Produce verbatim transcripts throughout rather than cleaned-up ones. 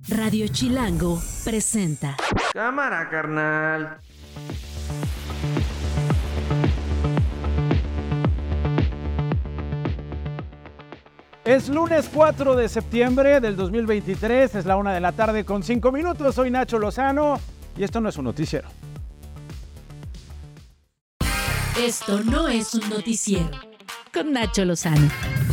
Radio Chilango presenta. Cámara, carnal. Es lunes cuatro de septiembre del dos mil veintitrés, es la una de la tarde con cinco minutos. Soy Nacho Lozano y esto no es un noticiero. Esto no es un noticiero. Con Nacho Lozano.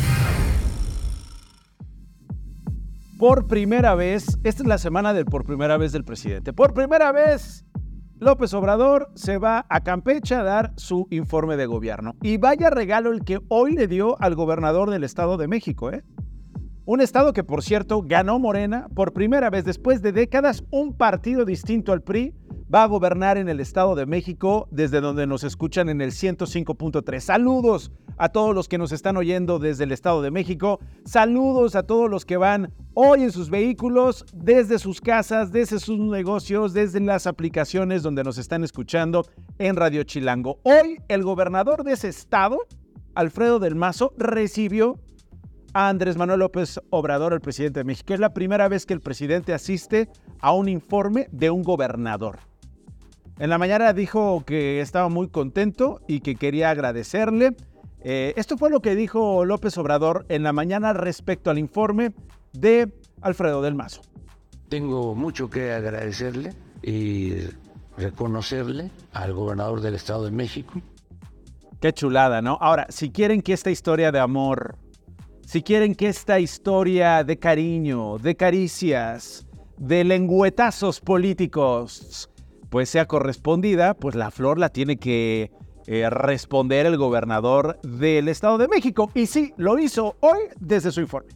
Por primera vez, esta es la semana del por primera vez del presidente. Por primera vez, López Obrador se va a Campeche a dar su informe de gobierno. Y vaya regalo el que hoy le dio al gobernador del Estado de México, ¿eh? Un estado que, por cierto, ganó Morena por primera vez después de décadas. Un partido distinto al P R I va a gobernar en el Estado de México, desde donde nos escuchan en el ciento cinco punto tres. Saludos a todos los que nos están oyendo desde el Estado de México. Saludos a todos los que van hoy en sus vehículos, desde sus casas, desde sus negocios, desde las aplicaciones donde nos están escuchando en Radio Chilango. Hoy el gobernador de ese estado, Alfredo del Mazo, recibió a Andrés Manuel López Obrador, el presidente de México. Es la primera vez que el presidente asiste a un informe de un gobernador. En la mañana dijo que estaba muy contento y que quería agradecerle. Eh, esto fue lo que dijo López Obrador en la mañana respecto al informe de Alfredo del Mazo. Tengo mucho que agradecerle y reconocerle al gobernador del Estado de México. Qué chulada, ¿no? Ahora, si quieren que esta historia de amor, si quieren que esta historia de cariño, de caricias, de lengüetazos políticos, pues sea correspondida, pues la flor la tiene que eh, responder el gobernador del Estado de México. Y sí, lo hizo hoy desde su informe.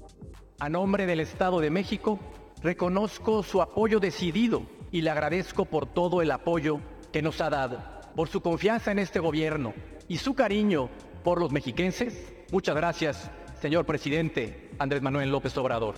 A nombre del Estado de México, reconozco su apoyo decidido y le agradezco por todo el apoyo que nos ha dado, por su confianza en este gobierno y su cariño por los mexiquenses. Muchas gracias, señor presidente Andrés Manuel López Obrador.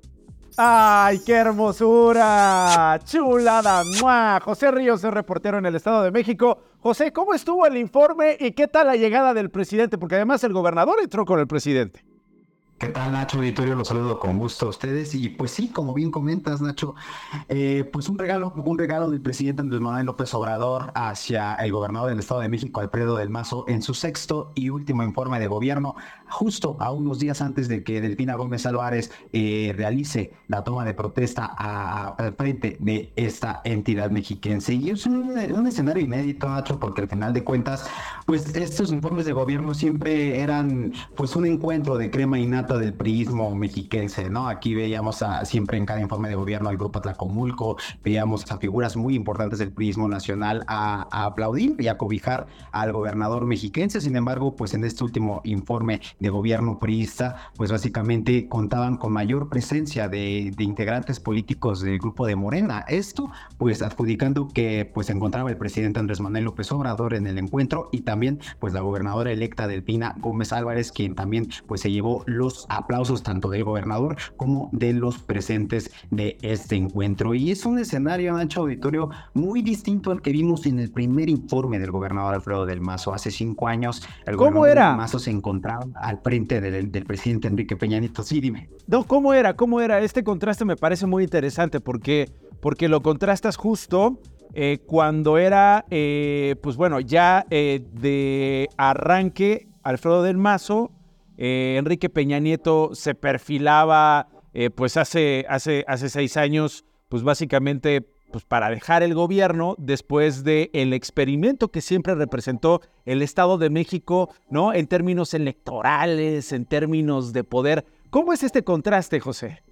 ¡Ay, qué hermosura! ¡Chulada! ¡Mua! José Ríos es reportero en el Estado de México. José, ¿cómo estuvo el informe y qué tal la llegada del presidente? Porque además el gobernador entró con el presidente. ¿Qué tal, Nacho Auditorio? Los saludo con gusto a ustedes. Y pues sí, como bien comentas, Nacho, eh, pues un regalo, un regalo del presidente Andrés Manuel López Obrador hacia el gobernador del Estado de México, Alfredo del Mazo, en su sexto y último informe de gobierno, justo a unos días antes de que Delfina Gómez Álvarez eh, realice la toma de protesta al frente de esta entidad mexiquense. Y es un, un escenario inédito, Nacho, porque al final de cuentas, pues estos informes de gobierno siempre eran pues un encuentro de crema innata del priismo mexiquense, ¿no? Aquí veíamos a, siempre en cada informe de gobierno al Grupo Atlacomulco, veíamos a figuras muy importantes del priismo nacional a, a aplaudir y a cobijar al gobernador mexiquense. Sin embargo, pues en este último informe de gobierno priista, pues básicamente contaban con mayor presencia de, de integrantes políticos del grupo de Morena. Esto, pues adjudicando que pues se encontraba el presidente Andrés Manuel López Obrador en el encuentro y también pues la gobernadora electa Delfina Gómez Álvarez, quien también pues se llevó los aplausos tanto del gobernador como de los presentes de este encuentro. Y es un escenario, Nacho Auditorio, muy distinto al que vimos en el primer informe del gobernador Alfredo del Mazo. Hace cinco años el ¿Cómo gobernador era? del Mazo se encontraba al frente del, del presidente Enrique Peña Nieto. Sí, dime. No, ¿cómo era? ¿Cómo era? Este contraste me parece muy interesante porque, porque lo contrastas justo eh, cuando era, eh, pues bueno, ya eh, de arranque Alfredo del Mazo. Eh, Enrique Peña Nieto se perfilaba eh, pues hace, hace, hace seis años, pues básicamente pues para dejar el gobierno después del experimento que siempre representó el Estado de México, ¿no? En términos electorales, en términos de poder. ¿Cómo es este contraste, José?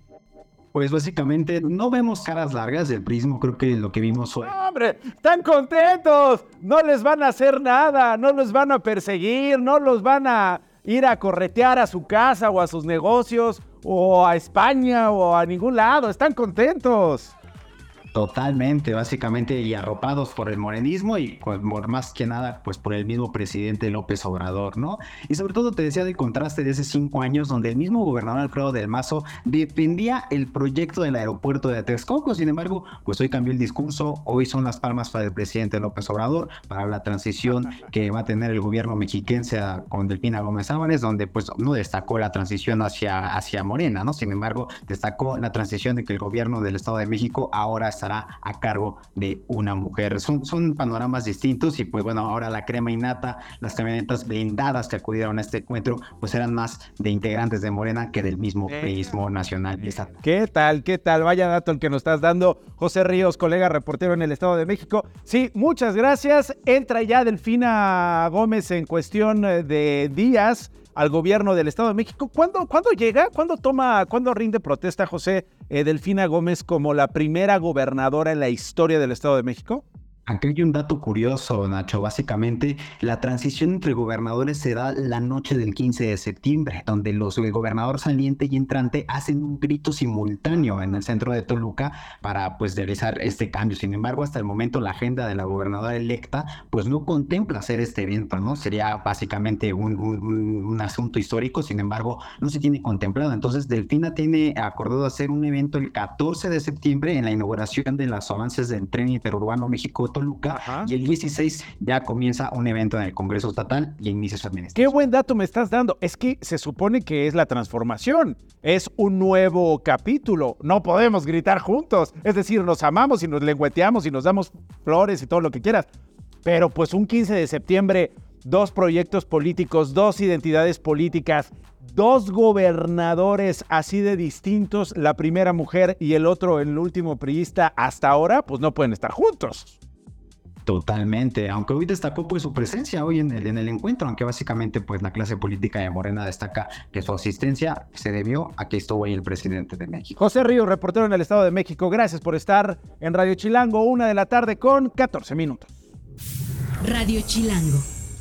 Pues básicamente no vemos caras largas del prismo, creo que lo que vimos fue... ¡No, hombre! ¡Están contentos! No les van a hacer nada, no los van a perseguir, no los van a ir a corretear a su casa o a sus negocios o a España o a ningún lado. ¡Están contentos! Totalmente, básicamente, y arropados por el morenismo y por más que nada, pues por el mismo presidente López Obrador, ¿no? Y sobre todo te decía del contraste de esos cinco años donde el mismo gobernador Alfredo del Mazo defendía el proyecto del aeropuerto de Texcoco. Sin embargo, pues hoy cambió el discurso, hoy son las palmas para el presidente López Obrador, para la transición que va a tener el gobierno mexiquense a, con Delfina Gómez Álvarez, donde pues no destacó la transición hacia, hacia Morena, ¿no? Sin embargo, destacó la transición de que el gobierno del Estado de México ahora está estará a cargo de una mujer. Son, son panoramas distintos y pues bueno, ahora la crema innata, las camionetas blindadas que acudieron a este encuentro, pues eran más de integrantes de Morena que del mismo peismo nacional. ¿Qué tal? ¿Qué tal? Vaya dato el que nos estás dando, José Ríos, colega reportero en el Estado de México. Sí, muchas gracias. Entra ya Delfina Gómez en cuestión de días al gobierno del Estado de México. ¿Cuándo, ¿cuándo llega? ¿Cuándo toma, cuándo rinde protesta José eh, Delfina Gómez como la primera gobernadora en la historia del Estado de México? Aquí hay un dato curioso, Nacho. Básicamente, la transición entre gobernadores se da la noche del quince de septiembre, donde los, el gobernador saliente y entrante hacen un grito simultáneo en el centro de Toluca para pues realizar este cambio. Sin embargo, hasta el momento la agenda de la gobernadora electa pues no contempla hacer este evento, ¿no? Sería básicamente un, un, un asunto histórico, sin embargo, no se tiene contemplado. Entonces, Delfina tiene acordado hacer un evento el catorce de septiembre en la inauguración de los avances del tren interurbano México Toluca. Ajá. Y el dieciséis ya comienza un evento en el Congreso Estatal y inicia su administración. Qué buen dato me estás dando. Es que se supone que es la transformación, es un nuevo capítulo. No podemos gritar juntos, es decir, nos amamos y nos lengüeteamos y nos damos flores y todo lo que quieras. Pero pues un quince de septiembre, dos proyectos políticos, dos identidades políticas, dos gobernadores así de distintos, la primera mujer y el otro, el último priista hasta ahora, pues no pueden estar juntos. Totalmente, aunque hoy destacó pues su presencia hoy en el, en el encuentro, aunque básicamente pues la clase política de Morena destaca que su asistencia se debió a que estuvo ahí el presidente de México. José Ríos, reportero en el Estado de México, gracias por estar en Radio Chilango, una de la tarde con catorce minutos. Radio Chilango.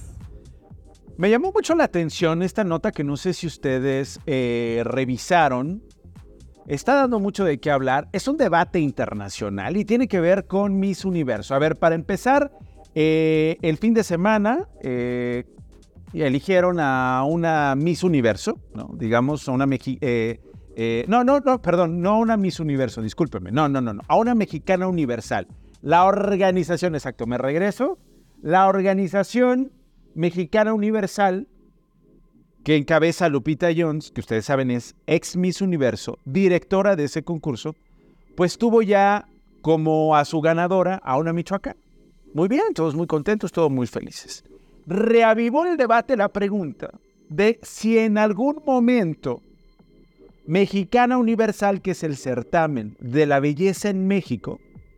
Me llamó mucho la atención esta nota que no sé si ustedes eh, revisaron. Está dando mucho de qué hablar. Es un debate internacional y tiene que ver con Miss Universo. A ver, para empezar, eh, el fin de semana eh, eligieron a una Miss Universo, ¿no? Digamos, a una Meji- eh, eh, no, no, no, perdón, no a una Miss Universo, discúlpeme. No, no, no, no, a una mexicana universal. La organización, exacto, me regreso. La organización Mexicana Universal, que encabeza Lupita Jones, que ustedes saben es ex Miss Universo, directora de ese concurso, pues tuvo ya como a su ganadora a una michoacana. Muy bien, todos muy contentos, todos muy felices. Reavivó el debate la pregunta de si en algún momento Mexicana Universal, que es el certamen de la belleza en México,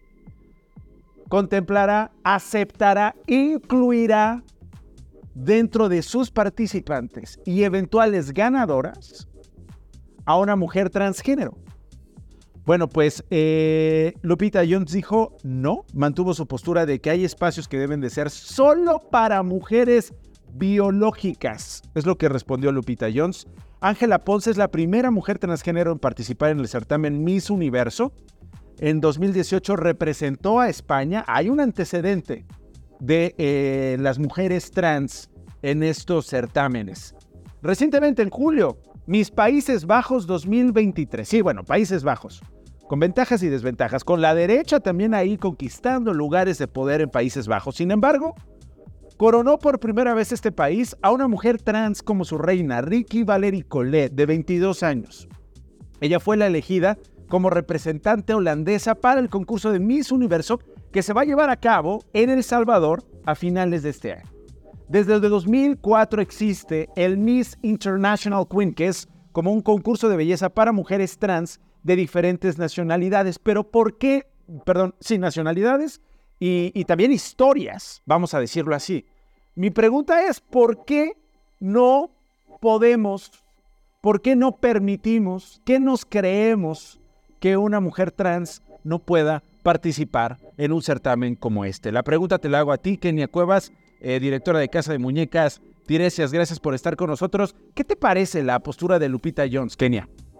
contemplará, aceptará, incluirá dentro de sus participantes y eventuales ganadoras a una mujer transgénero. Bueno, pues eh, Lupita Jones dijo no, mantuvo su postura de que hay espacios que deben de ser solo para mujeres biológicas. Es lo que respondió Lupita Jones. Ángela Ponce es la primera mujer transgénero en participar en el certamen Miss Universo. En dos mil dieciocho representó a España. Hay un antecedente de eh, las mujeres trans en estos certámenes. Recientemente, en julio, Miss Países Bajos dos mil veintitrés. Sí, bueno, Países Bajos. Con ventajas y desventajas. Con la derecha también ahí conquistando lugares de poder en Países Bajos. Sin embargo, coronó por primera vez este país a una mujer trans como su reina, Ricky Valerie Collet, de veintidós años. Ella fue la elegida como representante holandesa para el concurso de Miss Universo que se va a llevar a cabo en El Salvador a finales de este año. Desde el dos mil cuatro existe el Miss International Queen, que es como un concurso de belleza para mujeres trans de diferentes nacionalidades. Pero ¿por qué? Perdón, sí, nacionalidades y, y también historias, vamos a decirlo así. Mi pregunta es, ¿por qué no podemos, por qué no permitimos, qué nos creemos que una mujer trans no pueda participar en un certamen como este? La pregunta te la hago a ti, Kenia Cuevas, eh, directora de Casa de Muñecas Tiresias. Gracias por estar con nosotros. ¿Qué te parece la postura de Lupita Jones, Kenia?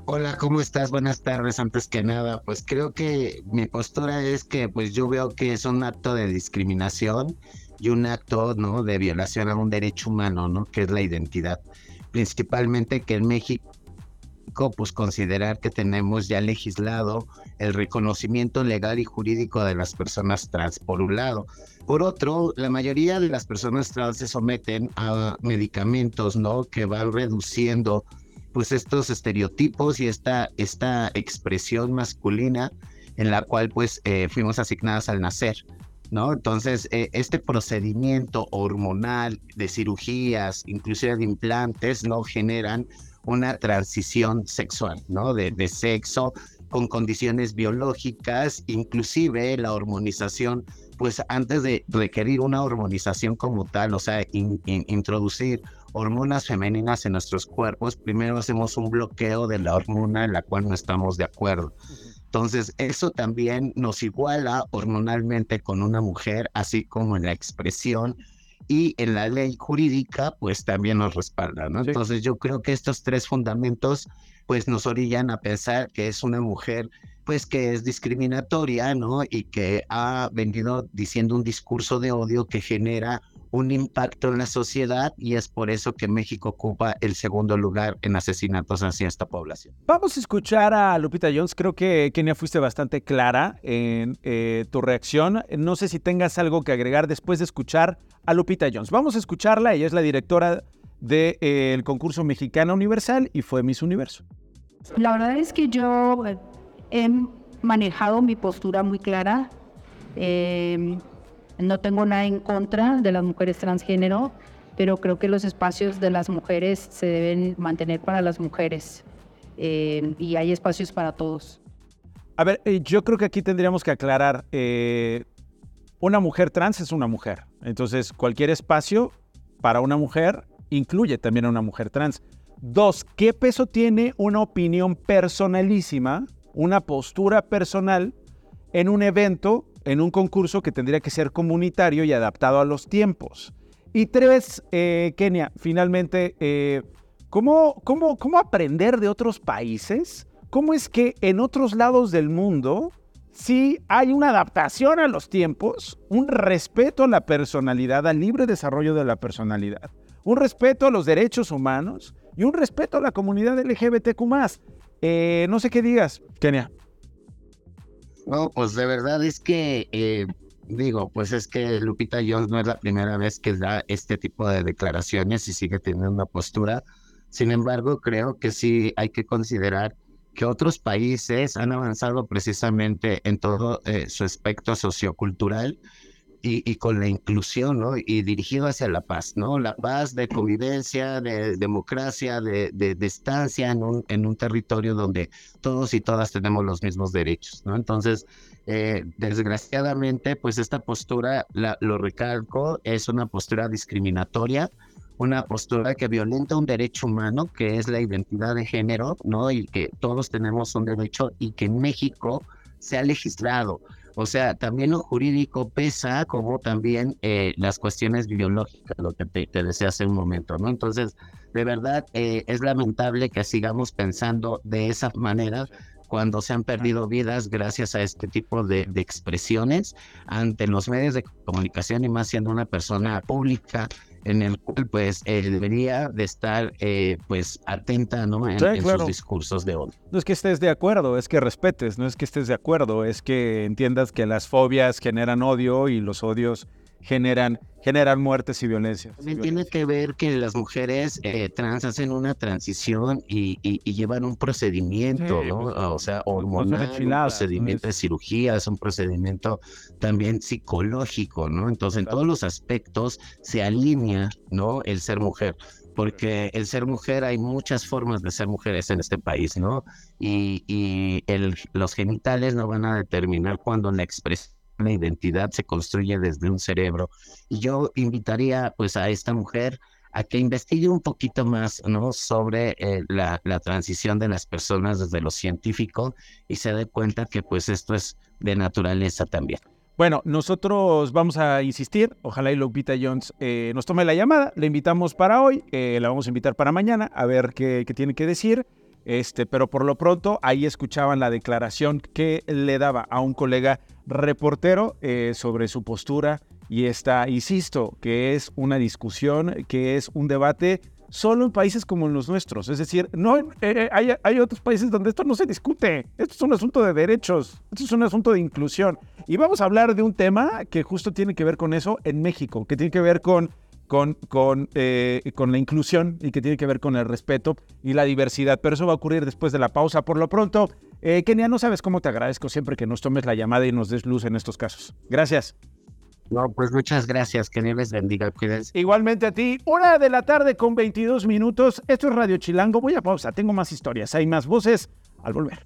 Hola, ¿cómo estás? Buenas tardes. Antes que nada, pues creo que mi postura es que pues yo veo que es un acto de discriminación y un acto, ¿no?, de violación a un derecho humano, ¿no?, que es la identidad. Principalmente que en México, pues considerar que tenemos ya legislado el reconocimiento legal y jurídico de las personas trans, por un lado. Por otro, la mayoría de las personas trans se someten a medicamentos, ¿no?, que van reduciendo pues estos estereotipos y esta, esta expresión masculina en la cual pues eh, fuimos asignadas al nacer, ¿no? Entonces, eh, este procedimiento hormonal de cirugías, inclusive de implantes, ¿no?, generan una transición sexual, ¿no?, de, de sexo con condiciones biológicas, inclusive la hormonización, pues antes de requerir una hormonización como tal, o sea, in, in, introducir hormonas femeninas en nuestros cuerpos, primero hacemos un bloqueo de la hormona en la cual no estamos de acuerdo. Entonces, eso también nos iguala hormonalmente con una mujer, así como en la expresión y en la ley jurídica, pues también nos respalda, ¿no? Sí. Entonces, yo creo que estos tres fundamentos, pues nos orillan a pensar que es una mujer, pues que es discriminatoria, ¿no? Y que ha venido diciendo un discurso de odio que genera un impacto en la sociedad, y es por eso que México ocupa el segundo lugar en asesinatos hacia esta población. Vamos a escuchar a Lupita Jones. Creo que, Kenia, fuiste bastante clara en eh, tu reacción. No sé si tengas algo que agregar después de escuchar a Lupita Jones. Vamos a escucharla. Ella es la directora del de, eh, concurso Mexicana Universal y fue Miss Universo. La verdad es que yo he manejado mi postura muy clara. Eh, No tengo nada en contra de las mujeres transgénero, pero creo que los espacios de las mujeres se deben mantener para las mujeres eh, y hay espacios para todos. A ver, eh, yo creo que aquí tendríamos que aclarar, eh, una mujer trans es una mujer, entonces cualquier espacio para una mujer incluye también a una mujer trans. Dos, ¿qué peso tiene una opinión personalísima, una postura personal en un evento, en un concurso que tendría que ser comunitario y adaptado a los tiempos? Y tres, eh, Kenia, finalmente, eh, ¿cómo, cómo, ¿cómo aprender de otros países? ¿Cómo es que en otros lados del mundo sí hay una adaptación a los tiempos, un respeto a la personalidad, al libre desarrollo de la personalidad, un respeto a los derechos humanos y un respeto a la comunidad L G B T Q más? Eh, no sé qué digas, Kenia. No, pues de verdad es que, eh, digo, pues es que Lupita Jones no es la primera vez que da este tipo de declaraciones y sigue teniendo una postura. Sin embargo, creo que sí hay que considerar que otros países han avanzado precisamente en todo eh, su aspecto sociocultural y, y con la inclusión, ¿no? Y dirigido hacia la paz, ¿no? La paz de convivencia, de democracia, de, de, de estancia en un, en un territorio donde todos y todas tenemos los mismos derechos, ¿no? Entonces, eh, desgraciadamente, pues esta postura, la, lo recalco, es una postura discriminatoria, una postura que violenta un derecho humano, que es la identidad de género, ¿no? Y que todos tenemos un derecho y que en México se ha legislado. O sea, también lo jurídico pesa, como también eh, las cuestiones biológicas, lo que te, te decía hace un momento, ¿no? Entonces, de verdad, eh, es lamentable que sigamos pensando de esa manera cuando se han perdido vidas gracias a este tipo de, de expresiones ante los medios de comunicación, y más siendo una persona pública en el cual pues eh, debería de estar eh, pues atenta, ¿no? En, sí, en claro. sus discursos de odio. No es que estés de acuerdo, es que respetes, no es que estés de acuerdo, es que entiendas que las fobias generan odio y los odios generan, generan muertes y violencias. También tiene que ver que las mujeres eh, trans hacen una transición y, y, y llevan un procedimiento, sí, ¿no? Pues, o sea, hormonal, un procedimiento de cirugía, es un procedimiento también psicológico, ¿no? Entonces, en todos los aspectos se alinea, ¿no? El ser mujer. Porque el ser mujer, hay muchas formas de ser mujeres en este país, ¿no? Y, y el, los genitales no van a determinar cuando la expresión, la identidad se construye desde un cerebro. Y yo invitaría pues a esta mujer a que investigue un poquito más, ¿no? Sobre eh, la, la transición de las personas desde lo científico y se dé cuenta que pues esto es de naturaleza también. Bueno, nosotros vamos a insistir, ojalá y Lupita Jones eh, nos tome la llamada, la invitamos para hoy, eh, la vamos a invitar para mañana, a ver qué, qué tiene que decir. Este, pero por lo pronto ahí escuchaban la declaración que le daba a un colega reportero eh, sobre su postura y esta, insisto, que es una discusión, que es un debate solo en países como los nuestros. Es decir, no eh, hay, hay otros países donde esto no se discute. Esto es un asunto de derechos, esto es un asunto de inclusión. Y vamos a hablar de un tema que justo tiene que ver con eso en México, que tiene que ver con Con, con, eh, con la inclusión y que tiene que ver con el respeto y la diversidad. Pero eso va a ocurrir después de la pausa. Por lo pronto, eh, Kenia, no sabes cómo te agradezco siempre que nos tomes la llamada y nos des luz en estos casos. Gracias. No, pues muchas gracias. Que Dios les bendiga. Cuídense. Igualmente a ti. Una de la tarde con veintidós minutos. Esto es Radio Chilango. Voy a pausa. Tengo más historias. Hay más voces al volver.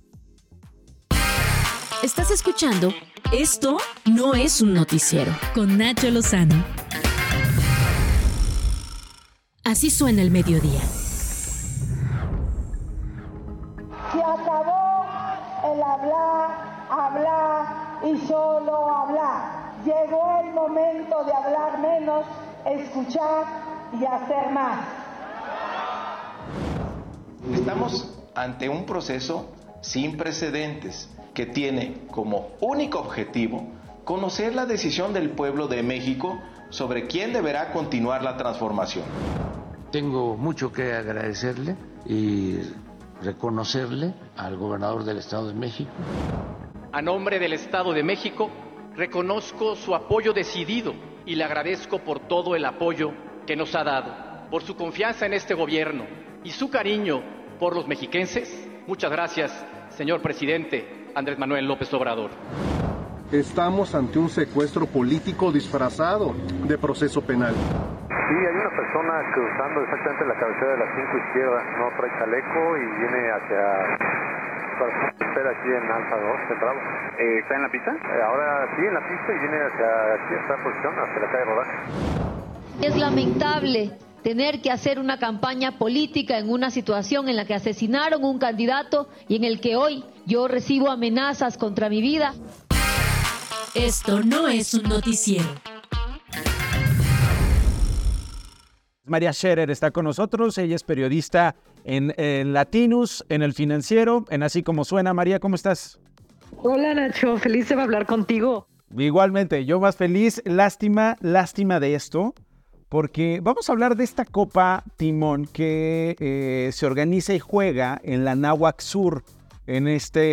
Estás escuchando Esto No Es un Noticiero con Nacho Lozano. Así suena el mediodía. Se acabó el hablar, hablar y solo hablar. Llegó el momento de hablar menos, escuchar y hacer más. Estamos ante un proceso sin precedentes que tiene como único objetivo conocer la decisión del pueblo de México sobre quién deberá continuar la transformación. Tengo mucho que agradecerle y reconocerle al gobernador del Estado de México. A nombre del Estado de México, reconozco su apoyo decidido y le agradezco por todo el apoyo que nos ha dado, por su confianza en este gobierno y su cariño por los mexiquenses. Muchas gracias, señor presidente Andrés Manuel López Obrador. Estamos ante un secuestro político disfrazado de proceso penal. Sí, hay una persona cruzando exactamente la cabecera de la cinco izquierda, no trae chaleco y viene hacia... espera aquí en Alfa dos, centrado. Eh, ¿Está en la pista? Eh, ahora sí, en la pista y viene hacia aquí, esta posición, hacia la calle Rodaje. Es lamentable tener que hacer una campaña política en una situación en la que asesinaron un candidato y en el que hoy yo recibo amenazas contra mi vida. Esto no es un noticiero. María Scherer está con nosotros. Ella es periodista en, en Latinus, en El Financiero, en Así Como Suena. María, ¿cómo estás? Hola, Nacho. Feliz de hablar contigo. Igualmente, yo más feliz. Lástima, lástima de esto, porque vamos a hablar de esta Copa Timón que eh, se organiza y juega en la Náhuac Sur, en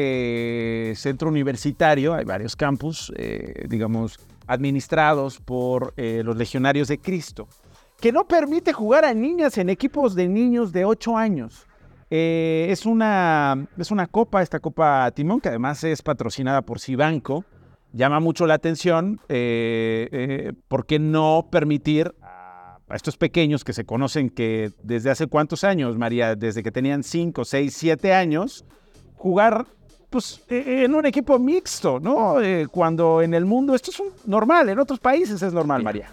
este centro universitario. Hay varios campus, eh, digamos, administrados por eh, los Legionarios de Cristo, que no permite jugar a niñas en equipos de niños de ocho años. Eh, es, una, es una copa, esta Copa Timón, que además es patrocinada por Cibanco. Llama mucho la atención, eh, eh, ¿por qué no permitir a, a estos pequeños que se conocen que desde hace cuántos años, María, desde que tenían cinco, seis, siete años, jugar pues, eh, en un equipo mixto, ¿no? Eh, cuando en el mundo esto es un, normal, en otros países es normal, María.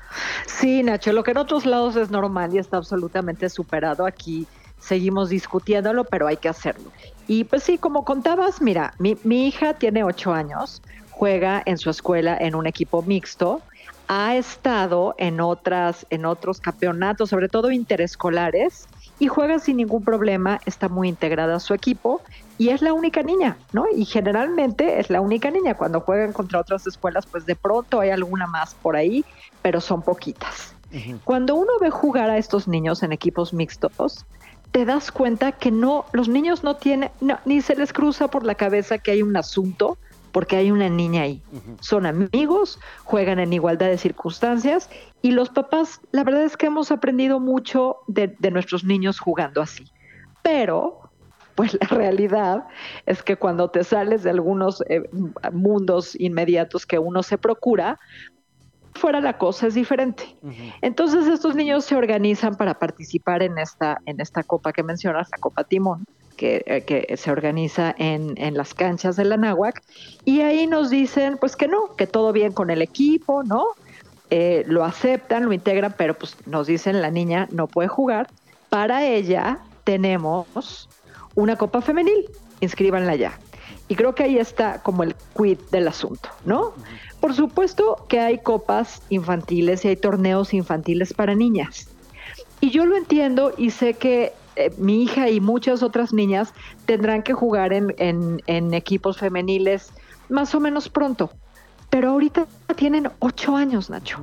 Sí, Nacho, lo que en otros lados es normal y está absolutamente superado, aquí seguimos discutiéndolo, pero hay que hacerlo. Y pues sí, como contabas, mira, mi, mi hija tiene ocho años, juega en su escuela en un equipo mixto, ha estado en otras, en otros campeonatos, sobre todo interescolares, y juega sin ningún problema, está muy integrada a su equipo y es la única niña, ¿no? Y generalmente es la única niña. Cuando juegan contra otras escuelas, pues de pronto hay alguna más por ahí, pero son poquitas. Uh-huh. Cuando uno ve jugar a estos niños en equipos mixtos, te das cuenta que no, los niños no tienen, no, ni se les cruza por la cabeza que hay un asunto porque hay una niña ahí. Uh-huh. Son amigos, juegan en igualdad de circunstancias y los papás, la verdad es que hemos aprendido mucho de, de nuestros niños jugando así. Pero, pues la realidad es que cuando te sales de algunos eh, mundos inmediatos que uno se procura, fuera la cosa es diferente. Uh-huh. Entonces estos niños se organizan para participar en esta, en esta copa que mencionas, la Copa Timón, que, eh, que se organiza en, en las canchas de la Náhuac, y ahí nos dicen pues que no, que todo bien con el equipo, ¿no? Eh, lo aceptan, lo integran, pero pues nos dicen la niña no puede jugar. Para ella tenemos una copa femenil, inscríbanla ya. Y creo que ahí está como el quid del asunto, ¿no? Uh-huh. Por supuesto que hay copas infantiles y hay torneos infantiles para niñas. Y yo lo entiendo y sé que eh, mi hija y muchas otras niñas tendrán que jugar en, en, en equipos femeniles más o menos pronto. Pero ahorita tienen ocho años, Nacho.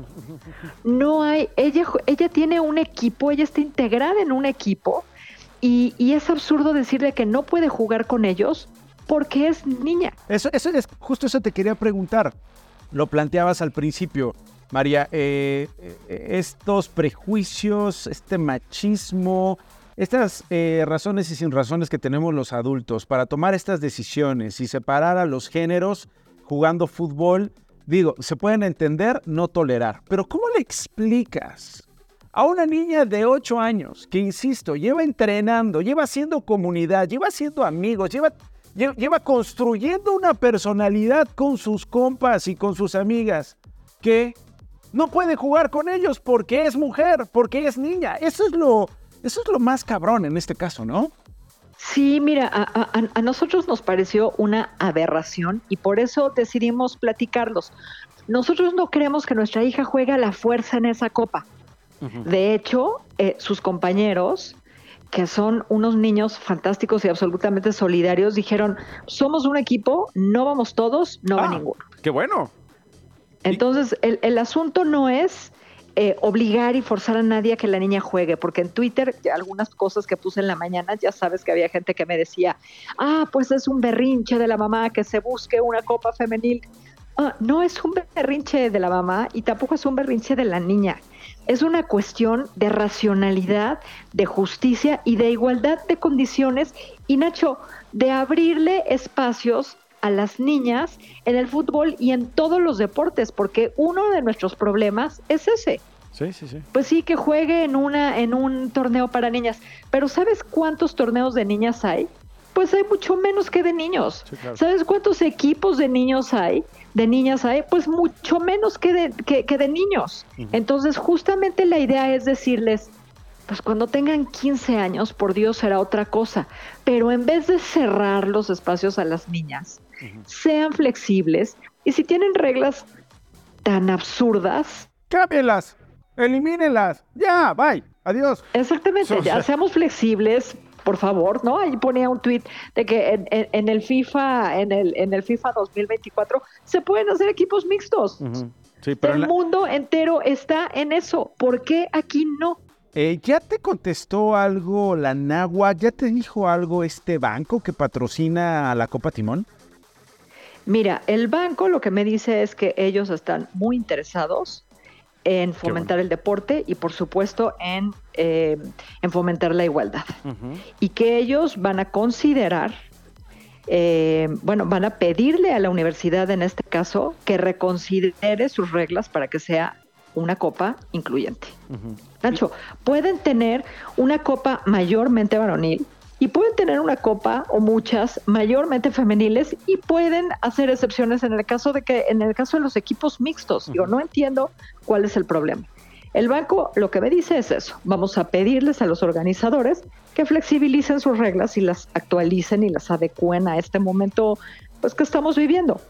No hay, ella, ella tiene un equipo, ella está integrada en un equipo y, y es absurdo decirle que no puede jugar con ellos porque es niña. Eso, eso es justo eso te quería preguntar. Lo planteabas al principio, María. Eh, estos prejuicios, este machismo, estas eh, razones y sin razones que tenemos los adultos para tomar estas decisiones y separar a los géneros jugando fútbol, digo, se pueden entender, no tolerar. Pero ¿cómo le explicas a una niña de ocho años que, insisto, lleva entrenando, lleva haciendo comunidad, lleva haciendo amigos, lleva, lleva, lleva construyendo una personalidad con sus compas y con sus amigas, que no puede jugar con ellos porque es mujer, porque es niña? Eso es lo, eso es lo más cabrón en este caso, ¿no? Sí, mira, a, a, a nosotros nos pareció una aberración y por eso decidimos platicarlos. Nosotros no queremos que nuestra hija juegue a la fuerza en esa copa. Uh-huh. De hecho, eh, sus compañeros, que son unos niños fantásticos y absolutamente solidarios, dijeron, somos un equipo, no vamos todos, no ah, va ninguno. ¡Qué bueno! Entonces, el, el asunto no es Eh, obligar y forzar a nadie a que la niña juegue, porque en Twitter algunas cosas que puse en la mañana, ya sabes que había gente que me decía, ah, pues es un berrinche de la mamá que se busque una copa femenil. Ah, no es un berrinche de la mamá y tampoco es un berrinche de la niña. Es una cuestión de racionalidad, de justicia y de igualdad de condiciones y, Nacho, de abrirle espacios a las niñas en el fútbol y en todos los deportes, porque uno de nuestros problemas es ese. Sí, sí, sí. Pues sí, que juegue en una en un torneo para niñas, pero ¿sabes cuántos torneos de niñas hay? Pues hay mucho menos que de niños. Sí, claro. ¿Sabes cuántos equipos de niños hay? De niñas hay, pues mucho menos que de, que, que de niños. Uh-huh. Entonces, justamente la idea es decirles, pues cuando tengan quince años, por Dios, será otra cosa. Pero en vez de cerrar los espacios a las niñas, uh-huh, sean flexibles. Y si tienen reglas tan absurdas, cámbienlas, elimínenlas. Ya, bye, adiós. Exactamente, so, ya seamos flexibles, por favor, ¿no? Ahí ponía un tuit de que en, en, en el FIFA, en el, en el FIFA dos mil veinticuatro se pueden hacer equipos mixtos. Uh-huh. Sí, pero el la... mundo entero está en eso. ¿Por qué aquí no? Eh, ¿Ya te contestó algo la Náhuac? ¿Ya te dijo algo este banco que patrocina a la Copa Timón? Mira, el banco lo que me dice es que ellos están muy interesados en fomentar bueno. el deporte y, por supuesto, en, eh, en fomentar la igualdad. Uh-huh. Y que ellos van a considerar, eh, bueno, van a pedirle a la universidad, en este caso, que reconsidere sus reglas para que sea una copa incluyente. Uh-huh. Nacho, pueden tener una copa mayormente varonil y pueden tener una copa o muchas mayormente femeniles y pueden hacer excepciones en el caso de que en el caso de los equipos mixtos. Uh-huh. Yo no entiendo cuál es el problema. El banco lo que me dice es eso. Vamos a pedirles a los organizadores que flexibilicen sus reglas y las actualicen y las adecúen a este momento pues que estamos viviendo.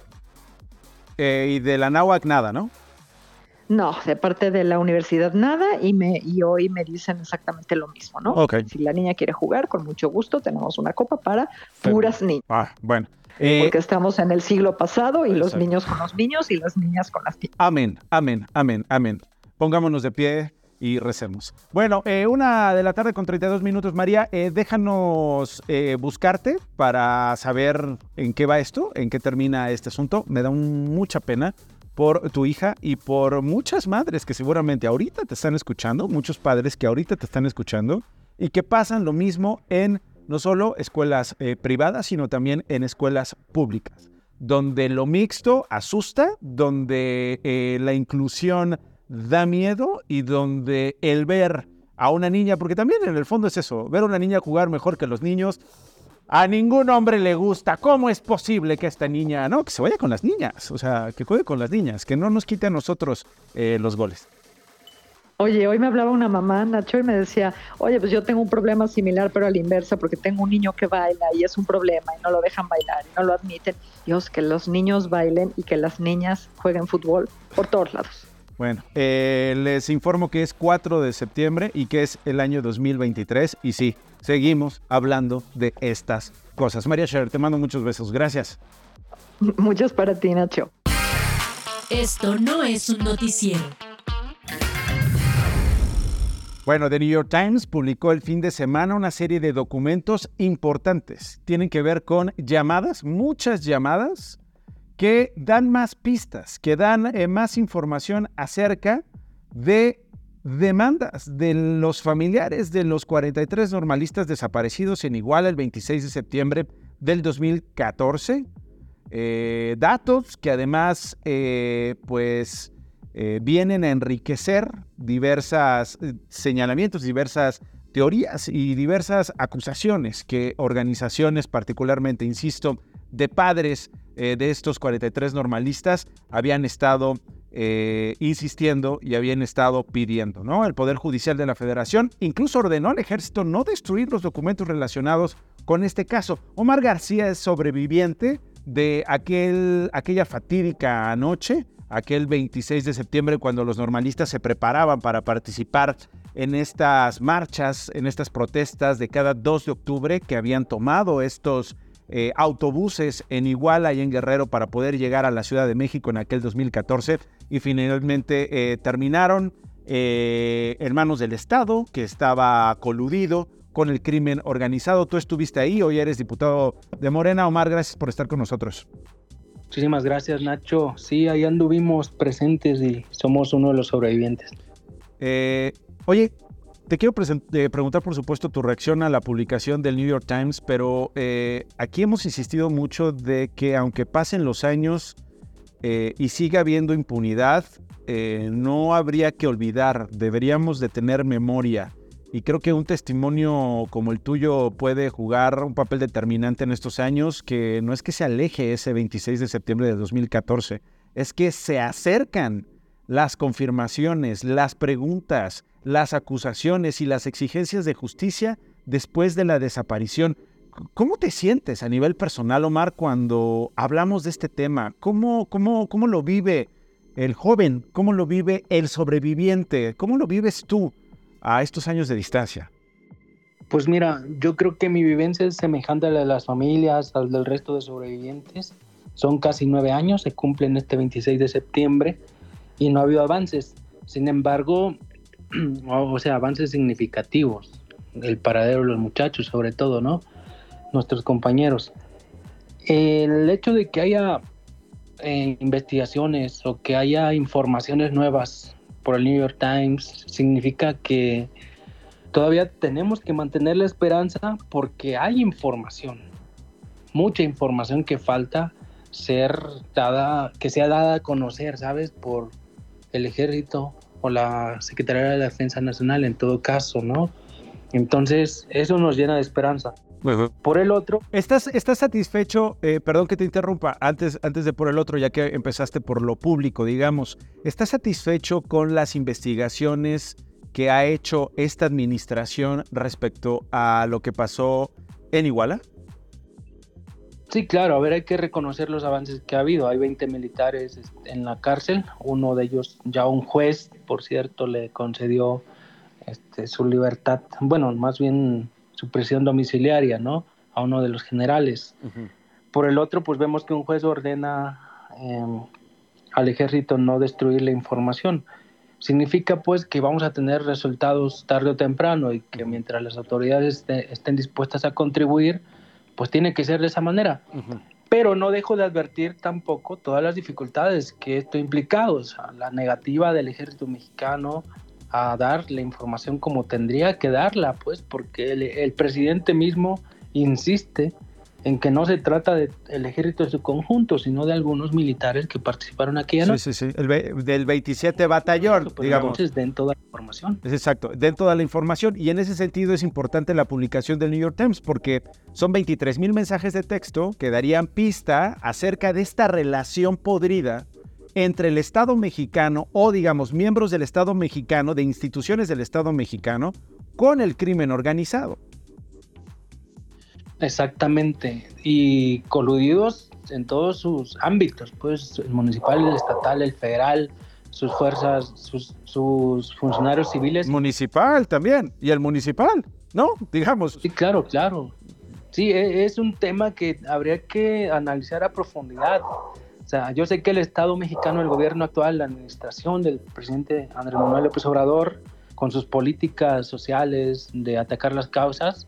Eh, y de la Náhuac nada, ¿no? No, de parte de la universidad nada y me y hoy me dicen exactamente lo mismo, ¿no? Okay. Si la niña quiere jugar, con mucho gusto, tenemos una copa para puras niñas. Ah, bueno. Eh, Porque estamos en el siglo pasado y exacto. los niños con los niños y las niñas con las niñas. Amén, amén, amén, amén. Pongámonos de pie y recemos. Bueno, eh, una de la tarde con treinta y dos minutos, María, eh, déjanos eh, buscarte para saber en qué va esto, en qué termina este asunto. Me da un, mucha pena por tu hija y por muchas madres que seguramente ahorita te están escuchando, muchos padres que ahorita te están escuchando y que pasan lo mismo en no solo escuelas eh, privadas, sino también en escuelas públicas, donde lo mixto asusta, donde eh, la inclusión da miedo y donde el ver a una niña, porque también en el fondo es eso, ver a una niña jugar mejor que los niños, a ningún hombre le gusta. ¿Cómo es posible que esta niña, no, que se vaya con las niñas? O sea, que juegue con las niñas, que no nos quite a nosotros eh, los goles. Oye, hoy me hablaba una mamá, Nacho, y me decía, oye, pues yo tengo un problema similar, pero a la inversa, porque tengo un niño que baila y es un problema y no lo dejan bailar y no lo admiten. Dios, que los niños bailen y que las niñas jueguen fútbol por todos lados. Bueno, eh, les informo que es cuatro de septiembre y que es el año dos mil veintitrés. Y sí, seguimos hablando de estas cosas. María Scherer, te mando muchos besos. Gracias. Muchos para ti, Nacho. Esto no es un noticiero. Bueno, The New York Times publicó el fin de semana una serie de documentos importantes. Tienen que ver con llamadas, muchas llamadas, que dan más pistas, que dan eh, más información acerca de demandas de los familiares de los cuarenta y tres normalistas desaparecidos en Iguala el veintiséis de septiembre del dos mil catorce. Eh, datos que además eh, pues, eh, vienen a enriquecer diversos eh, señalamientos, diversas teorías y diversas acusaciones que organizaciones, particularmente, insisto, de padres eh, de estos cuarenta y tres normalistas habían estado eh, insistiendo y habían estado pidiendo, ¿no? El Poder Judicial de la Federación incluso ordenó al Ejército no destruir los documentos relacionados con este caso. Omar García es sobreviviente de aquel, aquella fatídica noche, aquel veintiséis de septiembre, cuando los normalistas se preparaban para participar en estas marchas, en estas protestas de cada dos de octubre que habían tomado estos eh, autobuses en Iguala y en Guerrero para poder llegar a la Ciudad de México en aquel dos mil catorce y finalmente eh, terminaron eh, en manos del Estado, que estaba coludido con el crimen organizado. Tú estuviste ahí, hoy eres diputado de Morena. Omar, gracias por estar con nosotros. Muchísimas gracias, Nacho. Sí, ahí anduvimos presentes y somos uno de los sobrevivientes. Eh, oye, te quiero present- eh, preguntar, por supuesto, tu reacción a la publicación del New York Times, pero eh, aquí hemos insistido mucho de que aunque pasen los años eh, y siga habiendo impunidad, eh, no habría que olvidar, deberíamos de tener memoria. Y creo que un testimonio como el tuyo puede jugar un papel determinante en estos años, que no es que se aleje ese veintiséis de septiembre de dos mil catorce, es que se acercan las confirmaciones, las preguntas, las acusaciones y las exigencias de justicia después de la desaparición. ¿Cómo te sientes a nivel personal, Omar, cuando hablamos de este tema? ¿Cómo, cómo, cómo lo vive el joven? ¿Cómo lo vive el sobreviviente? ¿Cómo lo vives tú a estos años de distancia? Pues mira, yo creo que mi vivencia es semejante a la de las familias, al del resto de sobrevivientes. Son casi nueve años, se cumplen este veintiséis de septiembre y no ha habido avances. Sin embargo, o sea, avances significativos. El paradero de los muchachos, sobre todo, ¿no? Nuestros compañeros. El hecho de que haya eh, investigaciones o que haya informaciones nuevas por el New York Times significa que todavía tenemos que mantener la esperanza, porque hay información, mucha información que falta ser dada, que sea dada a conocer, ¿sabes? Por el Ejército o la Secretaría de la Defensa Nacional, en todo caso, ¿no? Entonces, eso nos llena de esperanza. Uh-huh. Por el otro... ¿Estás, estás satisfecho, eh, perdón que te interrumpa, antes, antes de por el otro, ya que empezaste por lo público, digamos, ¿estás satisfecho con las investigaciones que ha hecho esta administración respecto a lo que pasó en Iguala? Sí, claro, a ver, hay que reconocer los avances que ha habido. Hay veinte militares en la cárcel, uno de ellos, ya un juez, por cierto, le concedió este, su libertad, bueno, más bien su prisión domiciliaria, ¿no? A uno de los generales. Uh-huh. Por el otro, pues vemos que un juez ordena eh, al ejército no destruir la información. Significa, pues, que vamos a tener resultados tarde o temprano y que mientras las autoridades este, estén dispuestas a contribuir, pues tiene que ser de esa manera. Uh-huh. Pero no dejo de advertir tampoco todas las dificultades que esto ha implicado, o sea, la negativa del ejército mexicano a dar la información como tendría que darla, pues, porque el, el presidente mismo insiste en que no se trata del ejército en su conjunto, sino de algunos militares que participaron aquella noche. Sí, sí, sí, el ve- del veintisiete Batallón, Pero digamos. Entonces den toda la información. Es exacto, den toda la información, y en ese sentido es importante la publicación del New York Times, porque son veintitrés mil mensajes de texto que darían pista acerca de esta relación podrida entre el Estado mexicano o, digamos, miembros del Estado mexicano, de instituciones del Estado mexicano, con el crimen organizado. Exactamente, y coludidos en todos sus ámbitos, pues el municipal, el estatal, el federal, sus fuerzas, sus, sus funcionarios civiles. Municipal también, y el municipal, ¿no? Digamos. Sí, claro, claro. Sí, es un tema que habría que analizar a profundidad. O sea, yo sé que el Estado mexicano, el gobierno actual, la administración del presidente Andrés Manuel López Obrador, con sus políticas sociales de atacar las causas,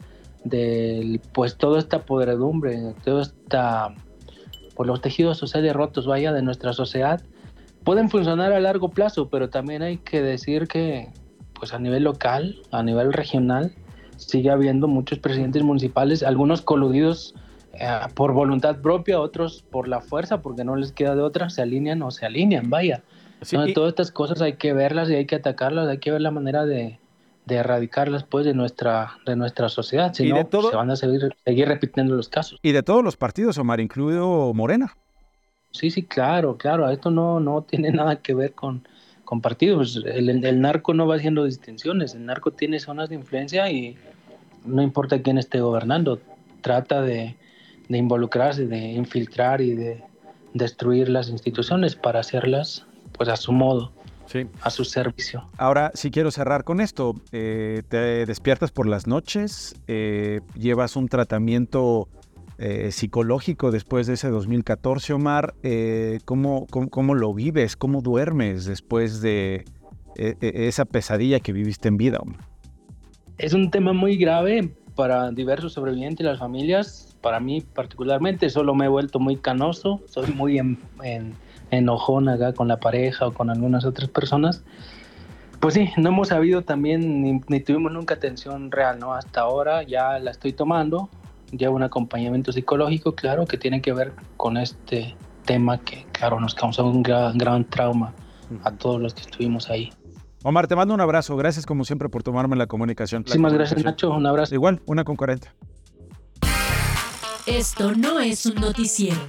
de pues toda esta podredumbre, toda esta, pues los tejidos sociales rotos, vaya, de nuestra sociedad, pueden funcionar a largo plazo, pero también hay que decir que pues a nivel local, a nivel regional, sigue habiendo muchos presidentes municipales, algunos coludidos eh, por voluntad propia, otros por la fuerza, porque no les queda de otra, se alinean o se alinean, vaya. Sí, Entonces, y... todas estas cosas hay que verlas y hay que atacarlas, hay que ver la manera de, de erradicarlas pues de nuestra, de nuestra sociedad, si no todo... se van a seguir, seguir repitiendo los casos. Y de todos los partidos, Omar, incluido Morena. Sí, sí, claro, claro, esto no, no tiene nada que ver con, con partidos, el, el narco no va haciendo distinciones, el narco tiene zonas de influencia y no importa quién esté gobernando, trata de, de involucrarse, de infiltrar y de destruir las instituciones para hacerlas pues a su modo, sí, a su servicio. Ahora sí quiero cerrar con esto, eh, te despiertas por las noches, eh, llevas un tratamiento eh, psicológico después de ese dos mil catorce, Omar, eh, ¿cómo, cómo, ¿cómo lo vives? ¿Cómo duermes después de eh, esa pesadilla que viviste en vida, Omar? Es un tema muy grave para diversos sobrevivientes y las familias. Para mí particularmente, solo me he vuelto muy canoso, soy muy en, en, enojón acá con la pareja o con algunas otras personas. Pues sí, no hemos sabido también, ni, ni tuvimos nunca atención real, ¿no? Hasta ahora ya la estoy tomando, llevo un acompañamiento psicológico, claro, que tiene que ver con este tema que, claro, nos causó un gran, gran trauma a todos los que estuvimos ahí. Omar, te mando un abrazo. Gracias como siempre por tomarme la comunicación. Muchísimas la gracias, Nacho. Un abrazo. Igual, una con cuarenta. Esto no es un noticiero.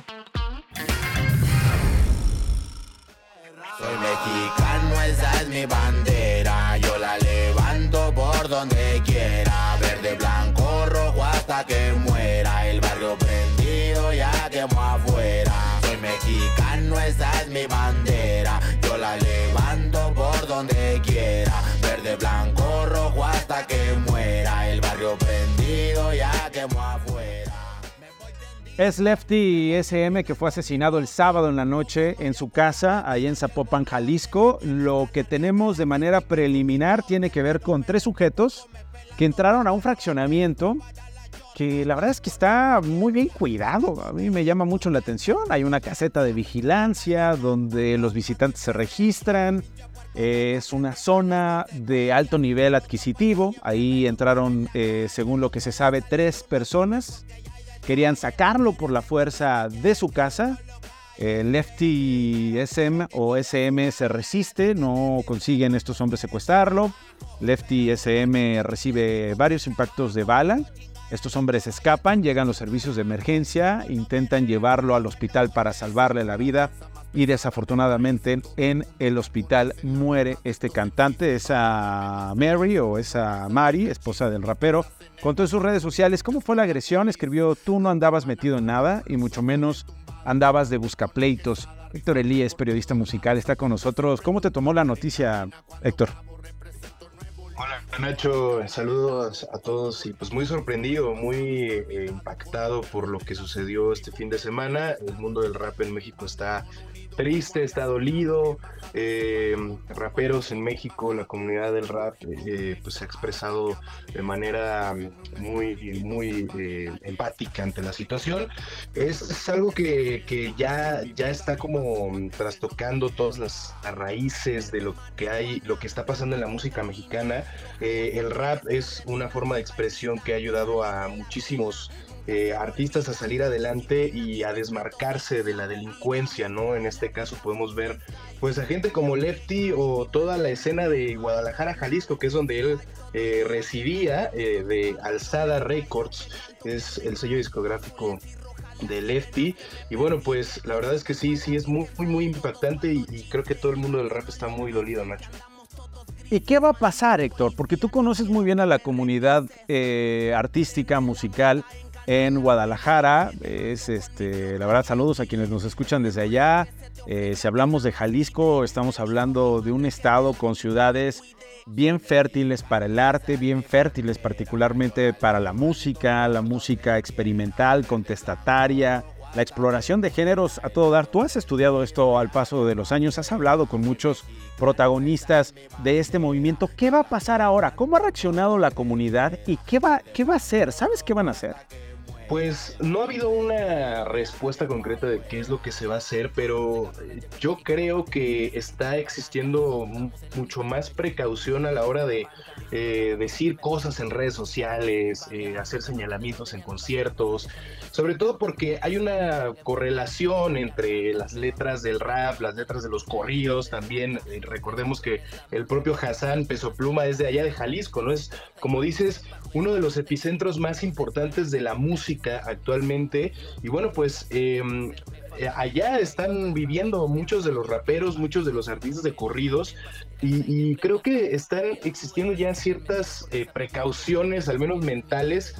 Soy mexicano, esa es mi bandera. Yo la levanto por donde quiera. Verde, blanco, rojo hasta que muera. El barrio prendido ya quemó afuera. Soy mexicano, esa es mi bandera. Yo la levanto por donde quiera. Verde, blanco, rojo hasta que muera. El barrio prendido ya quemó afuera. Es Lefty S M, que fue asesinado el sábado en la noche en su casa, ahí en Zapopan, Jalisco. Lo que tenemos de manera preliminar tiene que ver con tres sujetos que entraron a un fraccionamiento que la verdad es que está muy bien cuidado. A mí me llama mucho la atención. Hay una caseta de vigilancia donde los visitantes se registran. Es una zona de alto nivel adquisitivo. Ahí entraron, eh, según lo que se sabe, tres personas. Querían sacarlo por la fuerza de su casa. Eh, Lefty S M o S M se resiste, no consiguen estos hombres secuestrarlo. Lefty S M recibe varios impactos de bala. Estos hombres escapan, llegan los servicios de emergencia, intentan llevarlo al hospital para salvarle la vida y desafortunadamente en el hospital muere este cantante, esa Mary o esa Mari, esposa del rapero. Contó en sus redes sociales cómo fue la agresión, escribió: tú no andabas metido en nada y mucho menos andabas de buscapleitos. Héctor Elías, periodista musical, está con nosotros. ¿Cómo te tomó la noticia, Héctor? Hola Nacho, saludos a todos y pues muy sorprendido, muy eh, impactado por lo que sucedió este fin de semana. El mundo del rap en México está triste, está dolido. Eh, raperos en México, la comunidad del rap eh, pues se ha expresado de manera muy, muy eh, empática ante la situación. Es, es algo que, que ya, ya está como trastocando todas las, las raíces de lo que hay, lo que está pasando en la música mexicana. Eh, el rap es una forma de expresión que ha ayudado a muchísimos Eh, artistas a salir adelante y a desmarcarse de la delincuencia, ¿no? En este caso podemos ver pues a gente como Lefty o toda la escena de Guadalajara, Jalisco, que es donde él eh, residía, eh, de Alzada Records, es el sello discográfico de Lefty. Y bueno, pues la verdad es que sí, sí es muy, muy, muy impactante y, y creo que todo el mundo del rap está muy dolido, Nacho. ¿Y qué va a pasar, Héctor? Porque tú conoces muy bien a la comunidad eh, artística, musical. en Guadalajara. Es este, la verdad, saludos a quienes nos escuchan desde allá. Eh, si hablamos de Jalisco, estamos hablando de un estado con ciudades bien fértiles para el arte, bien fértiles particularmente para la música, la música experimental, contestataria, la exploración de géneros a todo dar. Tú has estudiado esto al paso de los años, has hablado con muchos protagonistas de este movimiento. ¿Qué va a pasar ahora? ¿Cómo ha reaccionado la comunidad y qué va, qué va a hacer? ¿Sabes qué van a hacer? Pues no ha habido una respuesta concreta de qué es lo que se va a hacer, pero yo creo que está existiendo mucho más precaución a la hora de eh, decir cosas en redes sociales, eh, hacer señalamientos en conciertos, sobre todo porque hay una correlación entre las letras del rap, las letras de los corridos también. Eh, recordemos que el propio Hassan Peso Pluma es de allá de Jalisco, ¿no? Es, como dices, uno de los epicentros más importantes de la música actualmente, y bueno, pues eh, allá están viviendo muchos de los raperos, muchos de los artistas de corridos, y, y creo que están existiendo ya ciertas eh, precauciones, al menos mentales,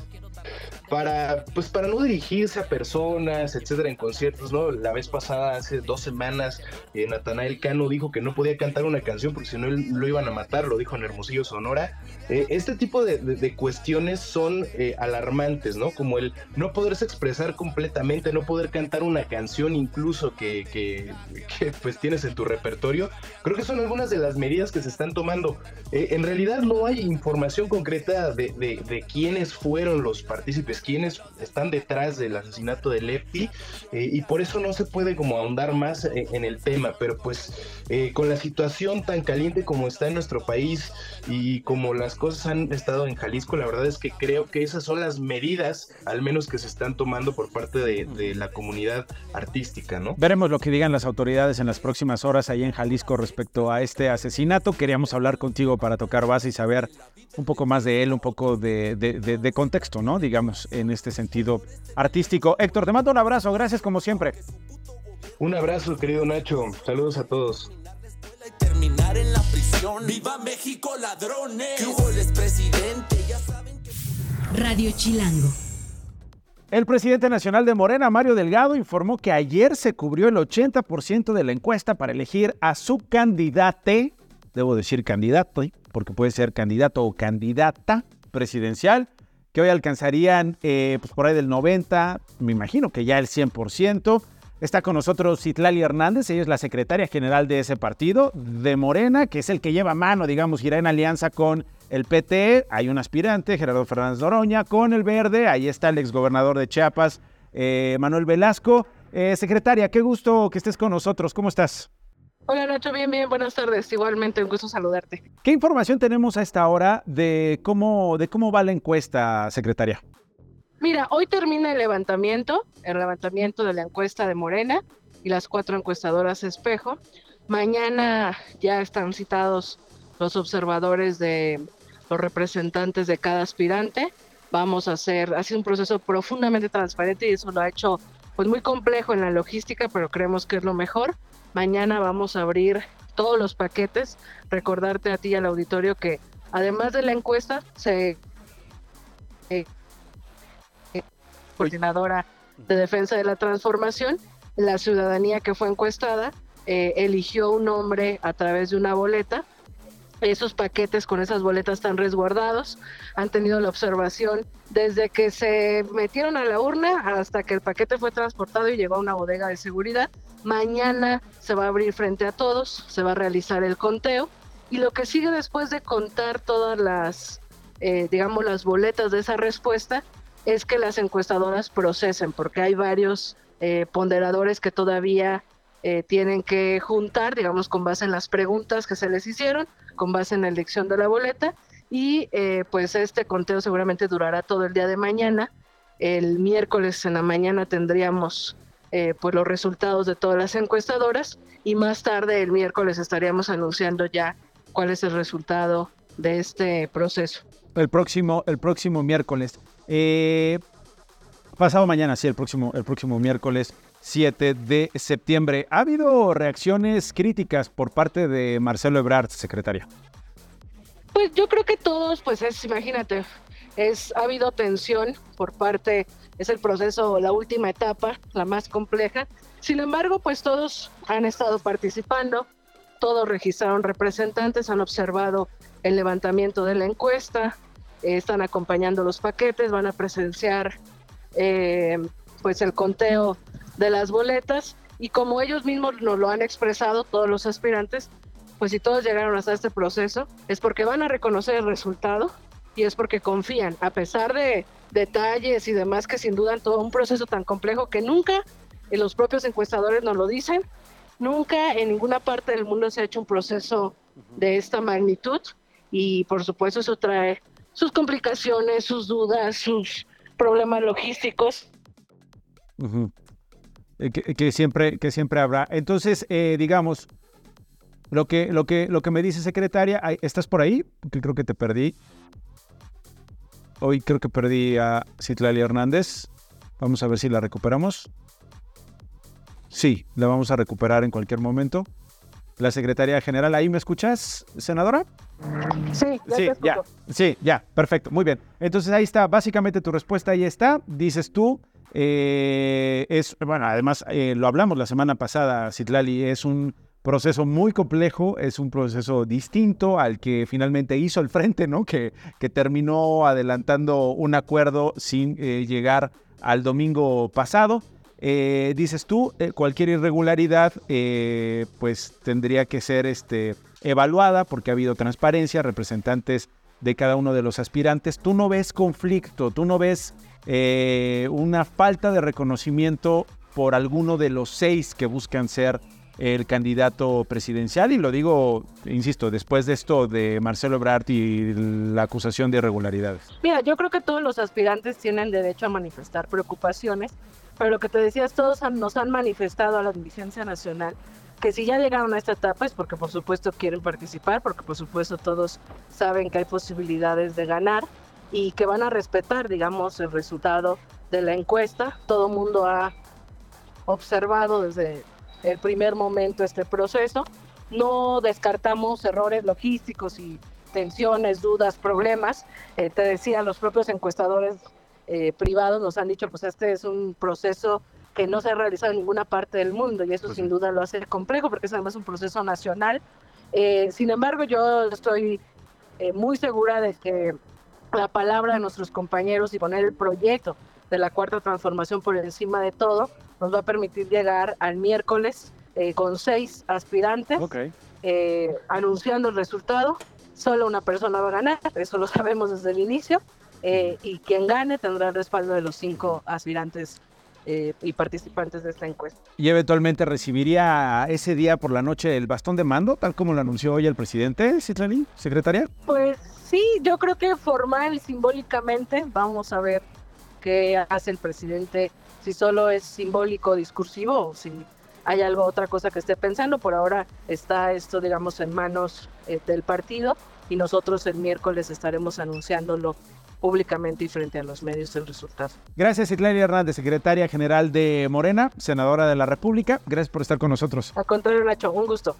para, pues para no dirigirse a personas, etcétera, en conciertos, ¿no? La vez pasada, hace dos semanas, eh, Natanael Cano dijo que no podía cantar una canción porque si no lo iban a matar, lo dijo en Hermosillo, Sonora. Eh, este tipo de, de, de cuestiones son eh, alarmantes, ¿no? Como el no poderse expresar completamente, no poder cantar una canción incluso que, que, que pues tienes en tu repertorio. Creo que son algunas de las medidas que se están tomando. Eh, en realidad no hay información concreta de, de, de quiénes fueron los partícipes, quiénes están detrás del asesinato de Lepty, eh, y por eso no se puede como ahondar más en, en el tema, pero pues eh, con la situación tan caliente como está en nuestro país y como las cosas han estado en Jalisco, la verdad es que creo que esas son las medidas, al menos que se están tomando por parte de, de la comunidad artística, ¿no? Veremos lo que digan las autoridades en las próximas horas ahí en Jalisco respecto a este asesinato. Queríamos hablar contigo para tocar base y saber un poco más de él, un poco de, de, de, de contexto, ¿no? Digamos, en este sentido artístico. Héctor, te mando un abrazo, gracias como siempre. Un abrazo, querido Nacho, saludos a todos. Terminar en la prisión. ¡Viva México, ladrones! Que Hugo es presidente, ya saben que... Radio Chilango. El presidente nacional de Morena, Mario Delgado, informó que ayer se cubrió el ochenta por ciento de la encuesta para elegir a su candidate, debo decir candidato, porque puede ser candidato o candidata presidencial, que hoy alcanzarían eh, pues por ahí del noventa, me imagino que ya el cien por ciento. Está con nosotros Citlali Hernández, ella es la secretaria general de ese partido, de Morena, que es el que lleva mano, digamos, irá en alianza con el P T. Hay un aspirante, Gerardo Fernández Noroña, con el Verde. Ahí está el exgobernador de Chiapas, eh, Manuel Velasco. Eh, secretaria, qué gusto que estés con nosotros. ¿Cómo estás? Hola Nacho, bien, bien, buenas tardes. Igualmente, un gusto saludarte. ¿Qué información tenemos a esta hora de cómo, de cómo va la encuesta, secretaria? Mira, hoy termina el levantamiento, el levantamiento de la encuesta de Morena y las cuatro encuestadoras espejo. Mañana ya están citados los observadores de los representantes de cada aspirante. Vamos a hacer, ha sido un proceso profundamente transparente y eso lo ha hecho pues muy complejo en la logística, pero creemos que es lo mejor. Mañana vamos a abrir todos los paquetes. Recordarte a ti y al auditorio que además de la encuesta se... Eh, coordinadora de defensa de la transformación, la ciudadanía que fue encuestada eh, eligió un nombre a través de una boleta. Esos paquetes con esas boletas están resguardados, han tenido la observación desde que se metieron a la urna hasta que el paquete fue transportado y llegó a una bodega de seguridad. Mañana se va a abrir frente a todos, se va a realizar el conteo y lo que sigue después de contar todas las, eh, digamos, las boletas de esa respuesta es que las encuestadoras procesen, porque hay varios eh, ponderadores que todavía eh, tienen que juntar, digamos, con base en las preguntas que se les hicieron, con base en la elección de la boleta, y eh, pues este conteo seguramente durará todo el día de mañana. El miércoles en la mañana tendríamos eh, pues los resultados de todas las encuestadoras, y más tarde el miércoles estaríamos anunciando ya cuál es el resultado de este proceso. El próximo, el próximo miércoles. Eh, pasado mañana, sí, el próximo, el próximo miércoles siete de septiembre. ¿Ha habido reacciones críticas por parte de Marcelo Ebrard, secretaria? Pues yo creo que todos, pues es, imagínate, Es, ha habido tensión por parte, es el proceso, la última etapa, la más compleja. Sin embargo, pues todos han estado participando, todos registraron representantes, han observado el levantamiento de la encuesta, eh, están acompañando los paquetes, van a presenciar eh, pues el conteo de las boletas, y como ellos mismos nos lo han expresado, todos los aspirantes, pues si todos llegaron hasta este proceso, es porque van a reconocer el resultado y es porque confían, a pesar de detalles y demás que sin duda en todo un proceso tan complejo que nunca, en los propios encuestadores nos lo dicen, nunca en ninguna parte del mundo se ha hecho un proceso de esta magnitud, y por supuesto eso trae sus complicaciones, sus dudas, sus problemas logísticos. Uh-huh. Que, que siempre que siempre habrá. Entonces, eh, digamos, lo que, lo, que, lo que me dice secretaria, ¿estás por ahí? Porque creo que te perdí. Hoy creo que perdí a Citlali Hernández. Vamos a ver si la recuperamos. Sí, la vamos a recuperar en cualquier momento. La secretaria general, ¿ahí me escuchas, senadora? Sí, ya sí, te escucho. ya, sí, ya, perfecto, muy bien. Entonces ahí está, básicamente tu respuesta ahí está, dices tú. Eh, es, bueno, además eh, lo hablamos la semana pasada, Citlali, es un proceso muy complejo, es un proceso distinto al que finalmente hizo el frente, ¿no? Que, que terminó adelantando un acuerdo sin eh, llegar al domingo pasado. Eh, dices tú, eh, cualquier irregularidad eh, pues tendría que ser este, evaluada porque ha habido transparencia, representantes de cada uno de los aspirantes. Tú no ves conflicto, tú no ves eh, una falta de reconocimiento por alguno de los seis que buscan ser el candidato presidencial, y lo digo, insisto, después de esto de Marcelo Ebrard y la acusación de irregularidades. Mira, yo creo que todos los aspirantes tienen derecho a manifestar preocupaciones, pero lo que te decías, todos han, nos han manifestado a la dirigencia nacional que si ya llegaron a esta etapa es porque por supuesto quieren participar, porque por supuesto todos saben que hay posibilidades de ganar y que van a respetar, digamos, el resultado de la encuesta. Todo el mundo ha observado desde el primer momento este proceso. No descartamos errores logísticos y tensiones, dudas, problemas. Eh, te decía, los propios encuestadores eh, privados nos han dicho, pues este es un proceso que no se ha realizado en ninguna parte del mundo, y eso pues sin sí. duda lo hace complejo porque es además un proceso nacional. Eh, sin embargo, yo estoy eh, muy segura de que la palabra de nuestros compañeros y poner el proyecto de la Cuarta Transformación por encima de todo nos va a permitir llegar al miércoles eh, con seis aspirantes, okay. eh, anunciando el resultado. Solo una persona va a ganar, eso lo sabemos desde el inicio, eh, y quien gane tendrá el respaldo de los cinco aspirantes Eh, y participantes de esta encuesta. ¿Y eventualmente recibiría ese día por la noche el bastón de mando, tal como lo anunció hoy el presidente, Citlali, secretaria? Pues sí, yo creo que formal y simbólicamente vamos a ver qué hace el presidente, si solo es simbólico, discursivo, o si hay algo, otra cosa que esté pensando. Por ahora está esto, digamos, en manos eh, del partido, y nosotros el miércoles estaremos anunciándolo públicamente y frente a los medios el resultado. Gracias, Citlali Hernández, secretaria general de Morena, senadora de la República. Gracias por estar con nosotros. Al contrario, Nacho, un gusto.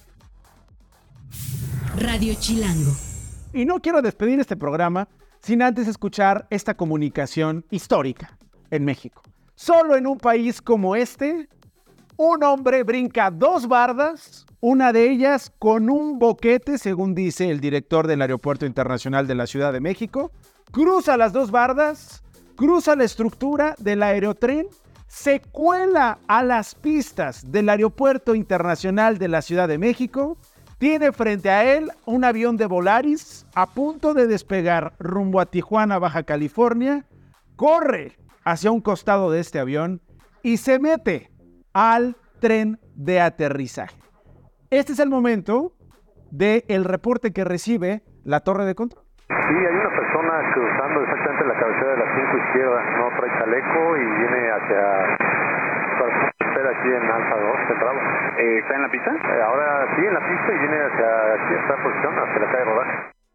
Radio Chilango. Y no quiero despedir este programa sin antes escuchar esta comunicación histórica en México. Solo en un país como este, un hombre brinca dos bardas, una de ellas con un boquete, según dice el director del Aeropuerto Internacional de la Ciudad de México. Cruza las dos bardas, cruza la estructura del aerotren, se cuela a las pistas del Aeropuerto Internacional de la Ciudad de México, tiene frente a él un avión de Volaris a punto de despegar rumbo a Tijuana, Baja California, corre hacia un costado de este avión y se mete al tren de aterrizaje. Este es el momento del reporte que recibe la torre de control. Sí, hay una persona cruzando exactamente la cabecera de la cinco izquierda, no trae chaleco y viene hacia... espera aquí en Alfa dos, centrado. Eh, ¿Está en la pista? Eh, ahora sí, en la pista, y viene hacia aquí, está en posición, hacia la calle Rodaje.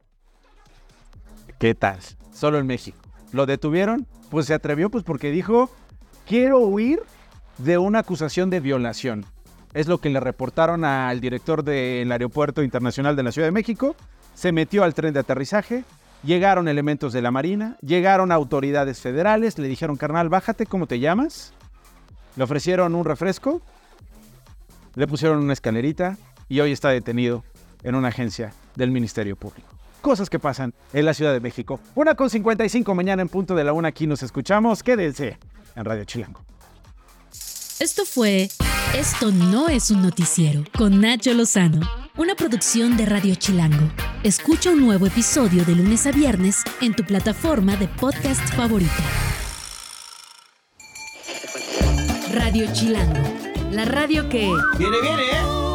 ¿Qué tal? Solo en México. ¿Lo detuvieron? Pues se atrevió, pues porque dijo, quiero huir de una acusación de violación. Es lo que le reportaron al director del Aeropuerto Internacional de la Ciudad de México. Se metió al tren de aterrizaje, Llegaron elementos de la Marina, llegaron autoridades federales, le dijeron, carnal, bájate, ¿cómo te llamas? Le ofrecieron un refresco, le pusieron una escalerita y hoy está detenido en una agencia del Ministerio Público. Cosas que pasan en la Ciudad de México. Una con cincuenta y cinco, mañana en punto de la una, aquí nos escuchamos. Quédense en Radio Chilango. Esto fue Esto no es un noticiero, con Nacho Lozano, una producción de Radio Chilango. Escucha un nuevo episodio de lunes a viernes en tu plataforma de podcast favorita. Radio Chilango, la radio que... ¡Viene, viene, eh!